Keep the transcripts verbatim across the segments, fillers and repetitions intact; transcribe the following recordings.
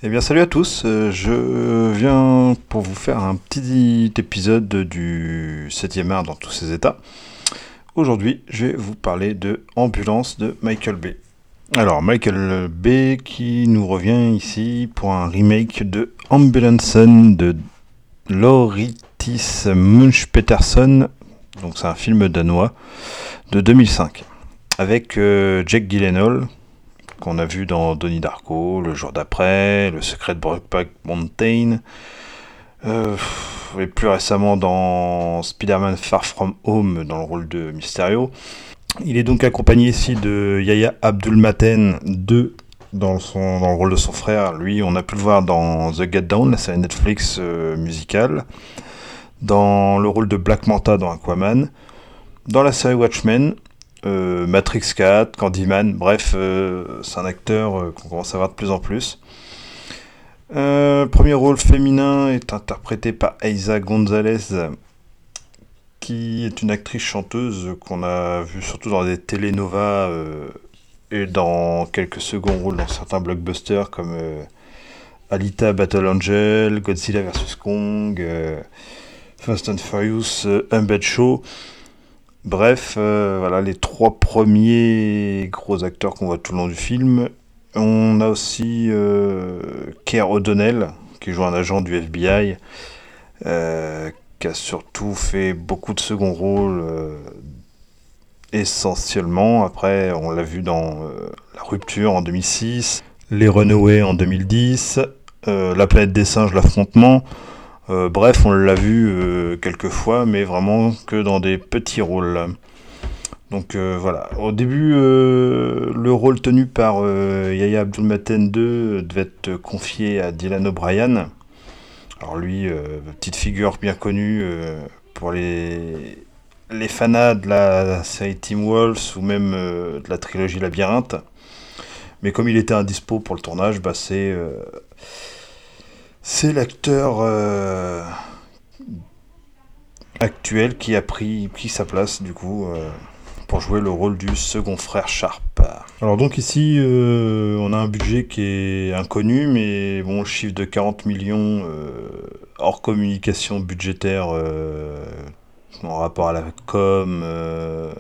Eh bien, salut à tous. euh, Je viens pour vous faire un petit épisode du septième art dans tous ses états. Aujourd'hui, je vais vous parler de Ambulance de Michael Bay. Alors, Michael Bay qui nous revient ici pour un remake de Ambulansen de Laurittis Munch Peterson. Donc, c'est un film danois de deux mille cinq avec euh, Jake Gyllenhaal, qu'on a vu dans Donnie Darko, Le jour d'après, Le secret de Brokeback Mountain, euh, et plus récemment dans Spider-Man Far From Home dans le rôle de Mysterio. Il est donc accompagné ici de Yahya Abdul-Mateen deux dans, son, dans le rôle de son frère. Lui, on a pu le voir dans The Get Down, la série Netflix euh, musicale, dans le rôle de Black Manta dans Aquaman, dans la série Watchmen, Euh, Matrix quatre, Candyman, bref, euh, c'est un acteur euh, qu'on commence à voir de plus en plus. Euh, premier rôle féminin est interprété par Eiza González, qui est une actrice chanteuse qu'on a vue surtout dans des télénovas euh, et dans quelques seconds rôles dans certains blockbusters comme euh, Alita Battle Angel, Godzilla versus. Kong, euh, Fast and Furious, euh, Unbed Show. Bref, euh, voilà les trois premiers gros acteurs qu'on voit tout le long du film. On a aussi euh, Keir O'Donnell, qui joue un agent du F B I, euh, qui a surtout fait beaucoup de second rôles, euh, essentiellement. Après, on l'a vu dans euh, La Rupture en deux mille six, Les Runaways en deux mille dix, euh, La Planète des Singes, L'Affrontement. Euh, bref, on l'a vu euh, quelques fois, mais vraiment que dans des petits rôles. Donc euh, voilà. Au début, euh, le rôle tenu par euh, Yahya Abdul-Mateen deux devait être confié à Dylan O'Brien. Alors lui, euh, petite figure bien connue euh, pour les, les fanas de la série Teen Wolf ou même euh, de la trilogie Labyrinthe. Mais comme il était indispo pour le tournage, bah c'est... Euh, C'est l'acteur euh, actuel qui a pris, pris sa place du coup euh, pour jouer le rôle du second frère Sharp. Alors donc ici euh, on a un budget qui est inconnu, mais bon, le chiffre de quarante millions euh, hors communication budgétaire euh, en rapport à la com, euh,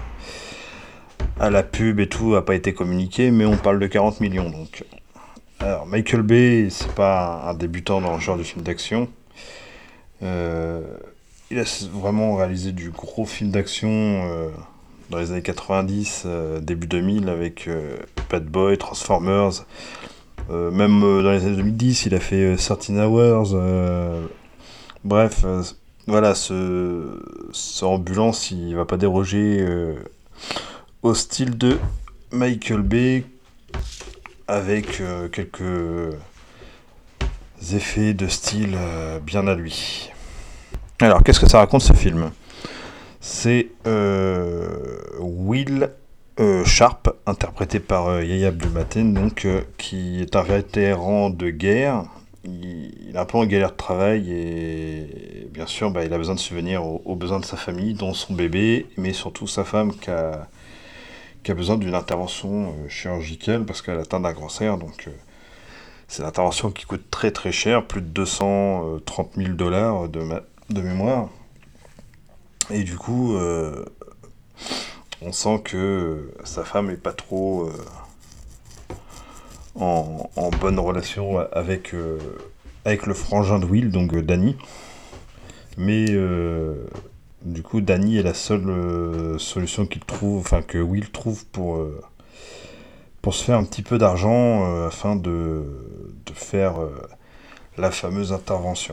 à la pub et tout a pas été communiqué, mais on parle de quarante millions donc. Alors, Michael Bay, c'est pas un débutant dans le genre de film d'action. Euh, il a vraiment réalisé du gros film d'action euh, dans les années quatre-vingt-dix, euh, début deux mille, avec euh, Bad Boy, Transformers. Euh, même euh, dans les années deux mille dix, il a fait euh, treize Hours. Euh, bref, euh, voilà, ce, ce ambulance, il va pas déroger euh, au style de Michael Bay, avec euh, quelques effets de style euh, bien à lui. Alors, qu'est-ce que ça raconte ce film ? C'est euh, Will euh, Sharp, interprété par euh, Yahya Abdul-Mateen, donc, euh, qui est un vétéran de guerre. Il, il est un peu en galère de travail et bien sûr, bah, il a besoin de subvenir aux, aux besoins de sa famille, dont son bébé, mais surtout sa femme qui a qui a besoin d'une intervention euh, chirurgicale parce qu'elle atteint d'un cancer. Donc euh, c'est une intervention qui coûte très très cher, plus de deux cent trente mille dollars de, ma- de mémoire. Et du coup, euh, on sent que sa femme est pas trop euh, en, en bonne relation avec, euh, avec le frangin de Will, donc euh, Danny. Mais euh, du coup, Danny est la seule euh, solution qu'il trouve, enfin que Will trouve pour, euh, pour se faire un petit peu d'argent euh, afin de, de faire euh, la fameuse intervention.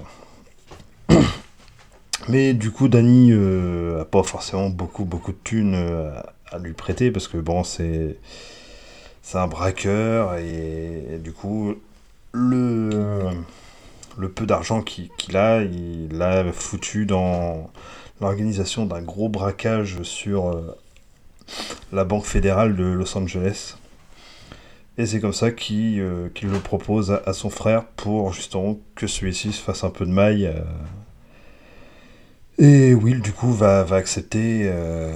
Mais du coup, Danny euh, a pas forcément beaucoup beaucoup de thunes euh, à, à lui prêter parce que bon, c'est c'est un braqueur et, et du coup, le le peu d'argent qu'il, qu'il a, il l'a foutu dans l'organisation d'un gros braquage sur euh, la Banque fédérale de Los Angeles. Et c'est comme ça qu'il, euh, qu'il le propose à, à son frère pour justement que celui-ci se fasse un peu de maille. Euh, et Will, du coup, va, va accepter euh,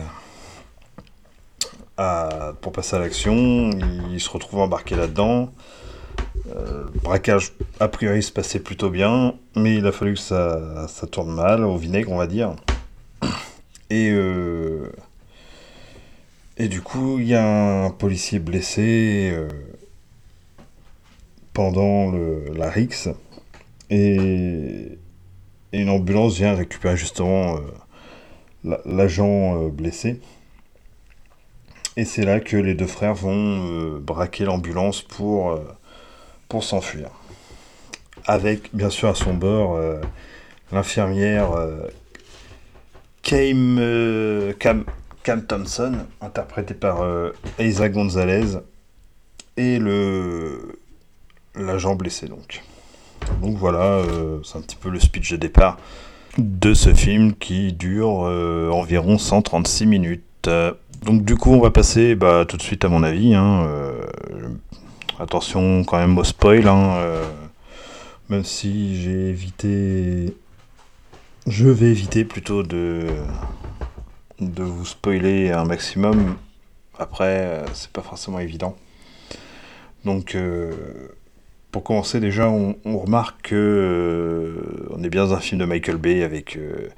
à, pour passer à l'action. Il se retrouve embarqué là-dedans. Euh, le braquage, a priori, se passait plutôt bien, mais il a fallu que ça, ça tourne mal, au vinaigre, on va dire. Et, euh, et du coup, il y a un policier blessé euh, pendant le, la rixe, et, et une ambulance vient récupérer justement euh, la- l'agent euh, blessé. Et c'est là que les deux frères vont euh, braquer l'ambulance pour, euh, pour s'enfuir. Avec, bien sûr, à son bord, euh, l'infirmière euh, Cam, euh, Cam, Cam Thompson, interprétée par euh, Eiza Gonzalez, et le l'agent blessé donc. Donc voilà, euh, c'est un petit peu le speech de départ de ce film qui dure euh, environ cent trente-six minutes. Euh, donc du coup on va passer bah, tout de suite à mon avis. Hein, euh, attention quand même au spoil, hein, euh, même si j'ai évité... Je vais éviter plutôt de, de vous spoiler un maximum. Après, euh, c'est pas forcément évident. Donc, euh, pour commencer, déjà, on, on remarque que euh, on est bien dans un film de Michael Bay avec euh,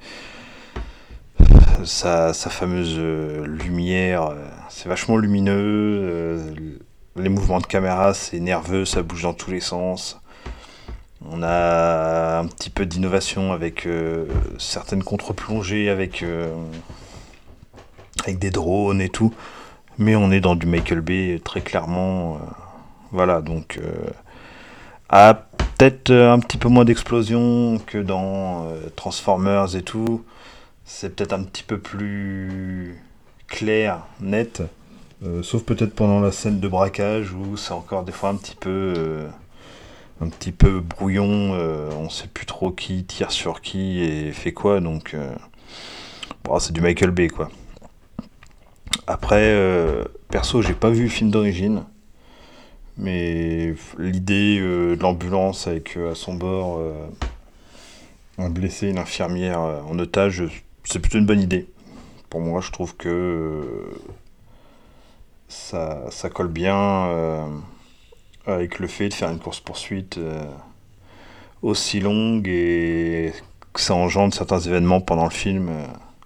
sa, sa fameuse euh, lumière. euh, c'est vachement lumineux. euh, les mouvements de caméra, c'est nerveux, ça bouge dans tous les sens. On a un petit peu d'innovation avec euh, certaines contre-plongées, avec, euh, avec des drones et tout. Mais on est dans du Michael Bay très clairement. euh, voilà, donc euh, ah, peut-être euh, un petit peu moins d'explosion que dans euh, Transformers et tout. C'est peut-être un petit peu plus clair, net. Euh, sauf peut-être pendant la scène de braquage où c'est encore des fois un petit peu, euh, un petit peu brouillon. Euh, on sait plus trop qui tire sur qui et fait quoi. Donc, euh, bon, c'est du Michael Bay quoi. Après, euh, perso, j'ai pas vu le film d'origine. Mais l'idée euh, de l'ambulance avec euh, à son bord euh, un blessé, une infirmière euh, en otage, c'est plutôt une bonne idée. Pour moi, je trouve que euh, ça, ça colle bien euh, avec le fait de faire une course-poursuite euh, aussi longue et que ça engendre certains événements pendant le film euh,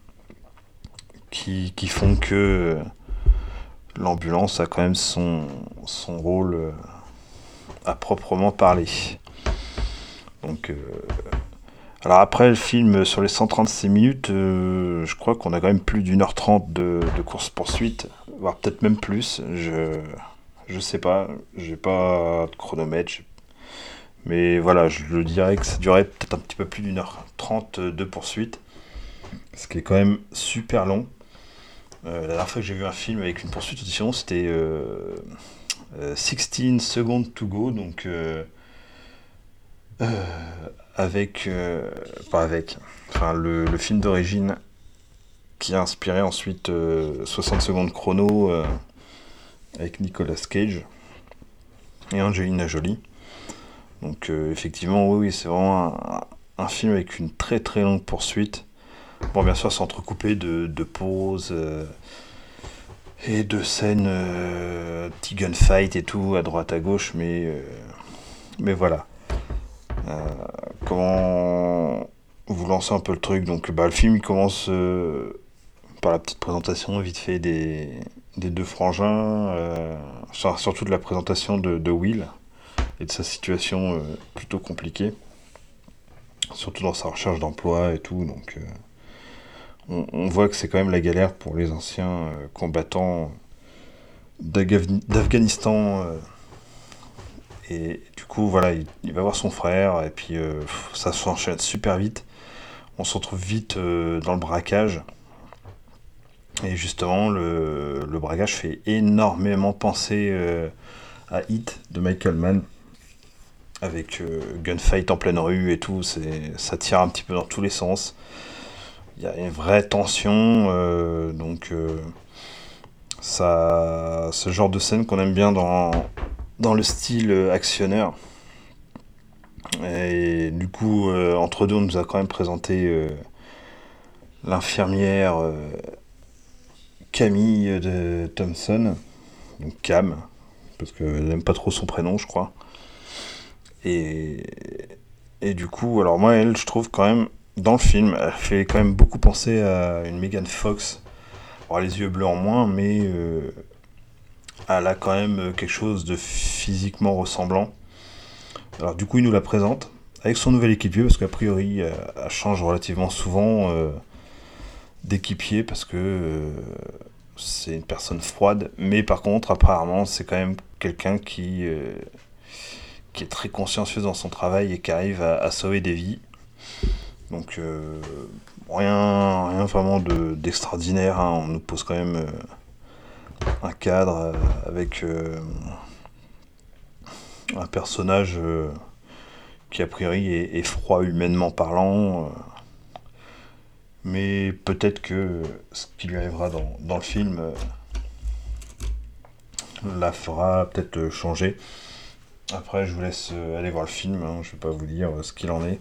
qui, qui font que euh, l'ambulance a quand même son, son rôle euh, à proprement parler. Donc, euh, alors après le film, sur les cent trente-six minutes, euh, je crois qu'on a quand même plus d'une heure trente de, de course-poursuite, voire peut-être même plus. Je, je sais pas, j'ai pas de chronomètre, mais voilà, je le dirais que ça durait peut-être un petit peu plus d'une heure trente de poursuite, ce qui est quand même super long. Euh, la dernière fois que j'ai vu un film avec une poursuite, sinon c'était euh, euh, seize Seconds to Go, donc euh, euh, avec, euh, pas avec, enfin le, le film d'origine qui a inspiré ensuite euh, soixante secondes chrono euh, avec Nicolas Cage et Angelina Jolie. Donc euh, effectivement, oui, oui, c'est vraiment un, un film avec une très très longue poursuite. Bon, bien sûr, c'est entrecoupé de, de pauses euh, et de scènes, euh, petit gunfight et tout, à droite à gauche, mais, euh, mais voilà. Euh, comment vous lancez un peu le truc. Donc bah, le film il commence euh, par la petite présentation vite fait des, des deux frangins, euh, surtout de la présentation de, de Will et de sa situation euh, plutôt compliquée, surtout dans sa recherche d'emploi et tout. Donc euh, on, on voit que c'est quand même la galère pour les anciens euh, combattants d'Afghan- d'Afghanistan. Euh, et du coup voilà, il, il va voir son frère et puis euh, pff, ça s'enchaîne super vite. On se retrouve vite euh, dans le braquage. Et justement, le, le braquage fait énormément penser euh, à Hit de Michael Mann. Avec euh, gunfight en pleine rue et tout, c'est, ça tire un petit peu dans tous les sens. Il y a une vraie tension, euh, donc euh, ça, ce genre de scène qu'on aime bien dans, dans le style actionneur. Et du coup, euh, entre deux, on nous a quand même présenté euh, l'infirmière euh, Camille de Thompson, donc Cam, parce qu'elle n'aime pas trop son prénom, je crois. Et, et du coup, alors moi, elle, je trouve quand même, dans le film, elle fait quand même beaucoup penser à une Megan Fox. Alors, les yeux bleus en moins, mais euh, elle a quand même quelque chose de physiquement ressemblant. Alors du coup, il nous la présente avec son nouvel équipier, parce qu'a priori, euh, elle change relativement souvent euh, d'équipier, parce que euh, c'est une personne froide. Mais par contre, apparemment, c'est quand même quelqu'un qui, euh, qui est très consciencieux dans son travail et qui arrive à, à sauver des vies. Donc euh, rien, rien vraiment de, d'extraordinaire, hein. On nous pose quand même euh, un cadre euh, avec euh, un personnage euh, qui a priori est, est froid humainement parlant, euh, mais peut-être que ce qui lui arrivera dans, dans le film euh, la fera peut-être changer. Après, je vous laisse euh, aller voir le film, hein, je vais pas vous dire euh, ce qu'il en est.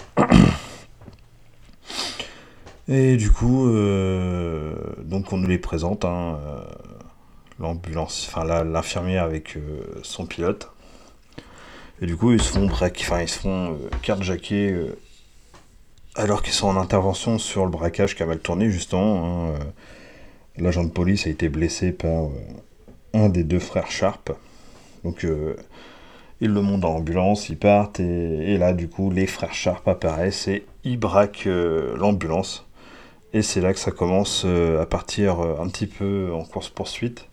Et du coup, euh, donc on nous les présente, hein, euh, l'ambulance, enfin la, l'infirmière avec euh, son pilote. Et du coup, ils se font braquer, enfin ils se font euh, carjacker euh, alors qu'ils sont en intervention sur le braquage qui a mal tourné justement. Hein, euh, l'agent de police a été blessé par euh, un des deux frères Sharp. Donc euh, ils le montent dans l'ambulance, ils partent et, et là du coup les frères Sharp apparaissent et ils braquent euh, l'ambulance. Et c'est là que ça commence euh, à partir euh, un petit peu en course-poursuite.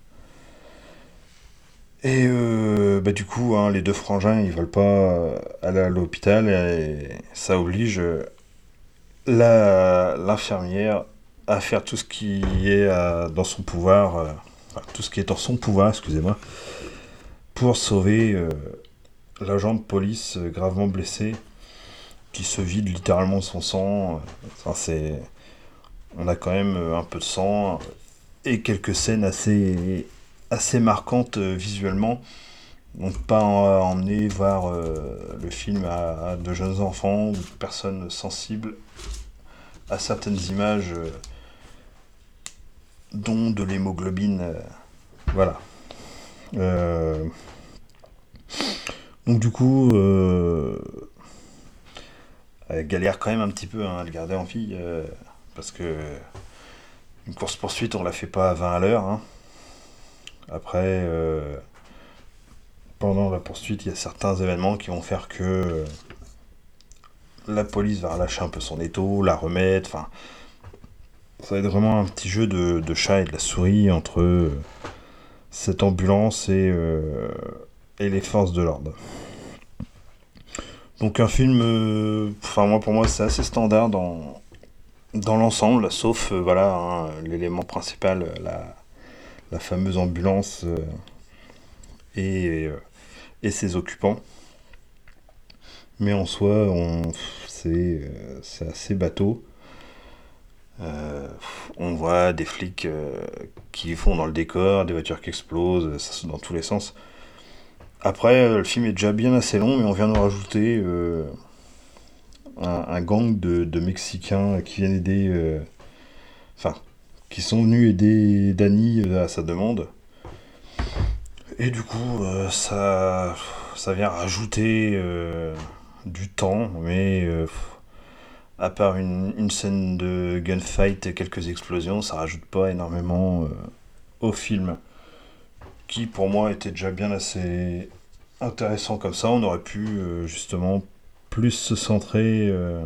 Et euh, bah, du coup, hein, les deux frangins, ils veulent pas euh, aller à l'hôpital et ça oblige euh, la, l'infirmière à faire tout ce qui est euh, dans son pouvoir, euh, enfin, tout ce qui est dans son pouvoir, excusez-moi, pour sauver euh, l'agent de police euh, gravement blessé, qui se vide littéralement son sang. Enfin, c'est... On a quand même un peu de sang et quelques scènes assez, assez marquantes euh, visuellement. Donc pas en, emmener voir euh, le film à, à de jeunes enfants ou de personnes sensibles à certaines images, euh, dont de l'hémoglobine. Euh, voilà. Euh, donc du coup, euh, elle galère quand même un petit peu hein, à le garder en vie. Euh, parce que une course-poursuite, on la fait pas à vingt à l'heure. Hein. Après, euh, pendant la poursuite, il y a certains événements qui vont faire que euh, la police va relâcher un peu son étau, la remettre. Enfin, ça va être vraiment un petit jeu de, de chat et de la souris entre euh, cette ambulance et, euh, et les forces de l'ordre. Donc un film, euh, enfin moi pour moi c'est assez standard dans dans l'ensemble, sauf euh, voilà hein, l'élément principal, la la fameuse ambulance euh, et, euh, et ses occupants. Mais en soi, on, c'est, euh, c'est assez bateau. Euh, on voit des flics euh, qui font dans le décor, des voitures qui explosent, ça c'est dans tous les sens. Après, euh, le film est déjà bien assez long, mais on vient de rajouter euh, un, un gang de, de Mexicains qui viennent aider, euh, enfin, qui sont venus aider Danny euh, à sa demande. Et du coup, euh, ça, ça vient rajouter euh, du temps, mais euh, à part une, une scène de gunfight et quelques explosions, ça rajoute pas énormément euh, au film, qui pour moi était déjà bien assez intéressant comme ça. On aurait pu euh, justement plus se centrer euh,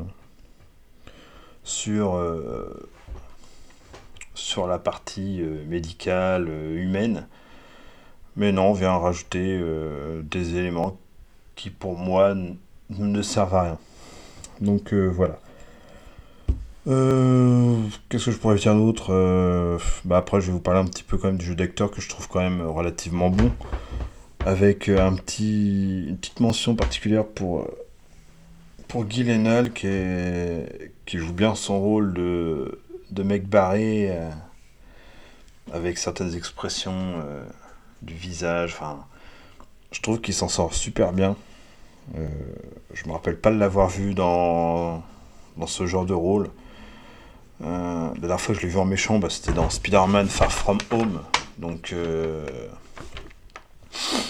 sur, euh, sur la partie euh, médicale, euh, humaine. Mais non, on vient rajouter euh, des éléments qui pour moi n- ne servent à rien. Donc euh, voilà. Euh, qu'est-ce que je pourrais dire d'autre Euh, bah Après, je vais vous parler un petit peu quand même du jeu d'acteur que je trouve quand même relativement bon. Avec euh, un petit, une petite mention particulière pour, euh, pour Guy Lenal qui, est, qui joue bien son rôle de, de mec barré euh, avec certaines expressions euh, du visage. Enfin, je trouve qu'il s'en sort super bien. Euh, je me rappelle pas de l'avoir vu dans, dans ce genre de rôle. Euh, la dernière fois que je l'ai vu en méchant, bah, c'était dans Spider-Man Far From Home. Donc, euh,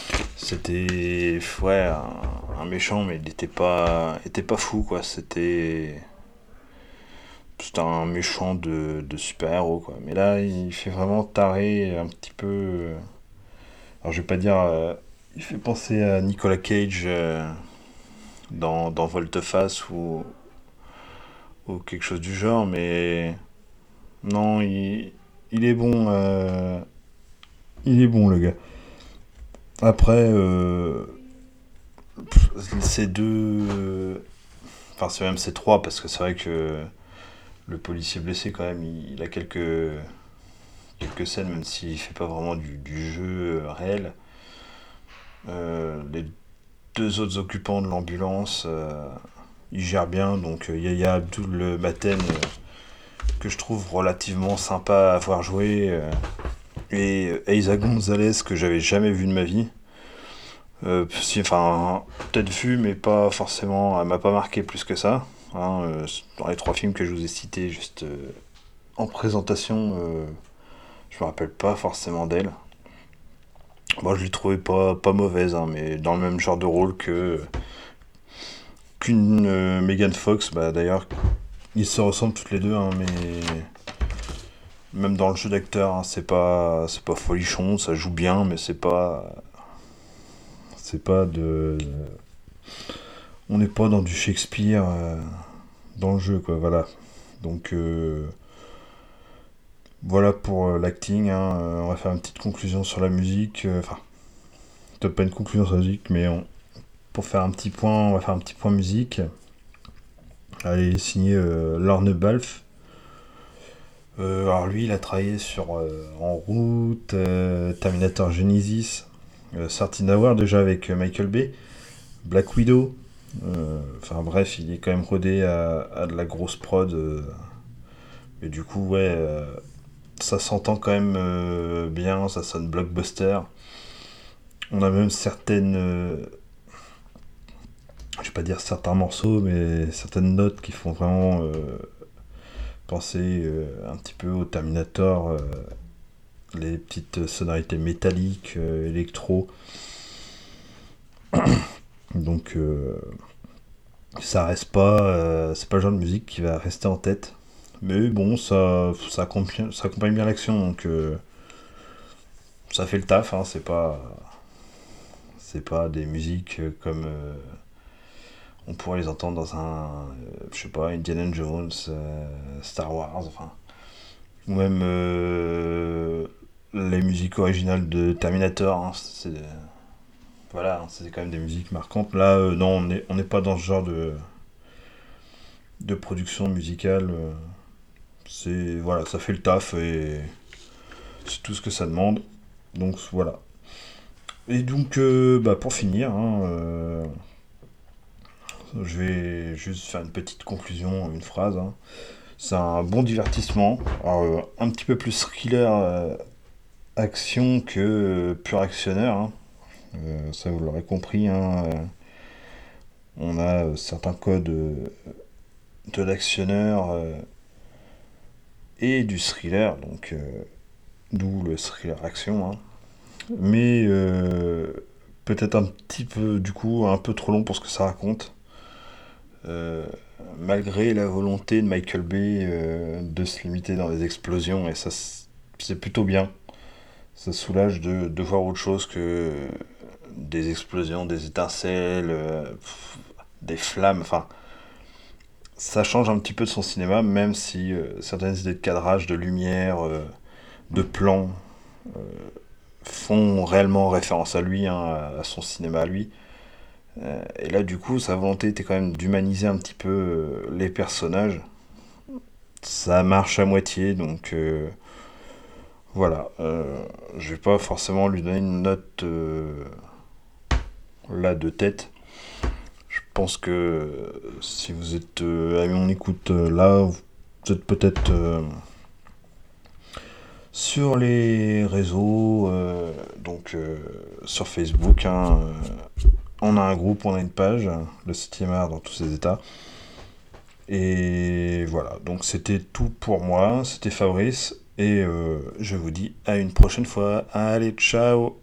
C'était ouais un, un méchant, mais il était pas était pas fou quoi. C'était c'était un méchant de, de super-héros quoi. Mais là, il fait vraiment taré, un petit peu. euh, Alors je vais pas dire, euh, il fait penser à Nicolas Cage euh, dans dans Volte-Face ou ou quelque chose du genre, mais non, il il est bon. euh, Il est bon le gars. Après, euh, ces deux. Enfin, c'est même ces trois, parce que c'est vrai que le policier blessé, quand même, il, il a quelques, quelques scènes, même s'il fait pas vraiment du, du jeu euh, réel. Euh, les deux autres occupants de l'ambulance, euh, ils gèrent bien. Donc, euh, Yahya Abdul Maten, euh, que je trouve relativement sympa à avoir joué, euh, et Eiza Gonzalez, que j'avais jamais vu de ma vie. Euh, si, enfin, peut-être vu, mais pas forcément. Elle m'a pas marqué plus que ça. Hein, euh, dans les trois films que je vous ai cités, juste euh, en présentation, euh, je me rappelle pas forcément d'elle. Moi, je l'ai trouvée pas, pas mauvaise, hein, mais dans le même genre de rôle que qu'une euh, Megan Fox. Bah, d'ailleurs, ils se ressemblent toutes les deux, hein, mais même dans le jeu d'acteur, hein, c'est pas, c'est pas folichon, ça joue bien, mais c'est pas, c'est pas de, on n'est pas dans du Shakespeare euh, dans le jeu, quoi. Voilà. Donc euh, voilà pour euh, l'acting. Hein. Euh, on va faire une petite conclusion sur la musique. euh, Enfin, peut-être pas une conclusion sur la musique, mais on- pour faire un petit point, on va faire un petit point musique. Allez, signé euh, Lorne Balfe. Euh, alors lui, il a travaillé sur euh, En route, euh, Terminator Genesis, euh, thirteen Hours déjà avec euh, Michael Bay, Black Widow. Euh, Enfin bref, il est quand même rodé à, à de la grosse prod. euh, et du coup, ouais, euh, ça s'entend quand même euh, bien, ça sonne blockbuster. On a même certaines, euh, je vais pas dire certains morceaux, mais certaines notes qui font vraiment euh, penser euh, un petit peu au Terminator, euh, les petites sonorités métalliques, euh, électro. Donc euh, ça reste pas, euh, c'est pas le genre de musique qui va rester en tête. Mais bon, ça, ça accompagne, ça accompagne bien l'action, donc euh, ça fait le taf. Hein, c'est pas, c'est pas des musiques euh, comme euh, on pourrait les entendre dans un, euh, je sais pas, Indiana Jones, euh, Star Wars, enfin, ou même euh, les musiques originales de Terminator. Hein, c'est, voilà, hein, c'est quand même des musiques marquantes. Là, euh, non, on n'est on n'est pas dans ce genre de, de production musicale. euh, c'est voilà, ça fait le taf et c'est tout ce que ça demande. Donc voilà. Et donc, euh, bah, pour finir, hein, euh, je vais juste faire une petite conclusion, une phrase. Hein. C'est un bon divertissement. Alors, euh, un petit peu plus thriller euh, action que euh, pur actionneur. Hein. Euh, ça, vous l'aurez compris. Hein, euh, on a euh, certains codes euh, de l'actionneur euh, et du thriller. Donc, euh, d'où le thriller action. Hein. Mais euh, peut-être un petit peu, du coup, un peu trop long pour ce que ça raconte. Euh, Malgré la volonté de Michael Bay euh, de se limiter dans les explosions, et ça c'est plutôt bien. Ça soulage de, de voir autre chose que des explosions, des étincelles, euh, pff, des flammes, enfin ça change un petit peu de son cinéma, même si euh, certaines idées de cadrage, de lumière, euh, de plan font réellement référence à lui, hein, à à son cinéma à lui. Euh, et là, du coup, sa volonté était quand même d'humaniser un petit peu euh, les personnages. Ça marche à moitié, donc euh, voilà. Euh, je vais pas forcément lui donner une note euh, là de tête. Je pense que euh, si vous êtes euh, à mon écoute euh, là, vous êtes peut-être euh, sur les réseaux, euh, donc euh, sur Facebook. Hein, euh, on a un groupe, on a une page, le septième art dans tous ses états. Et voilà, donc c'était tout pour moi, c'était Fabrice, et euh, je vous dis à une prochaine fois. Allez, ciao!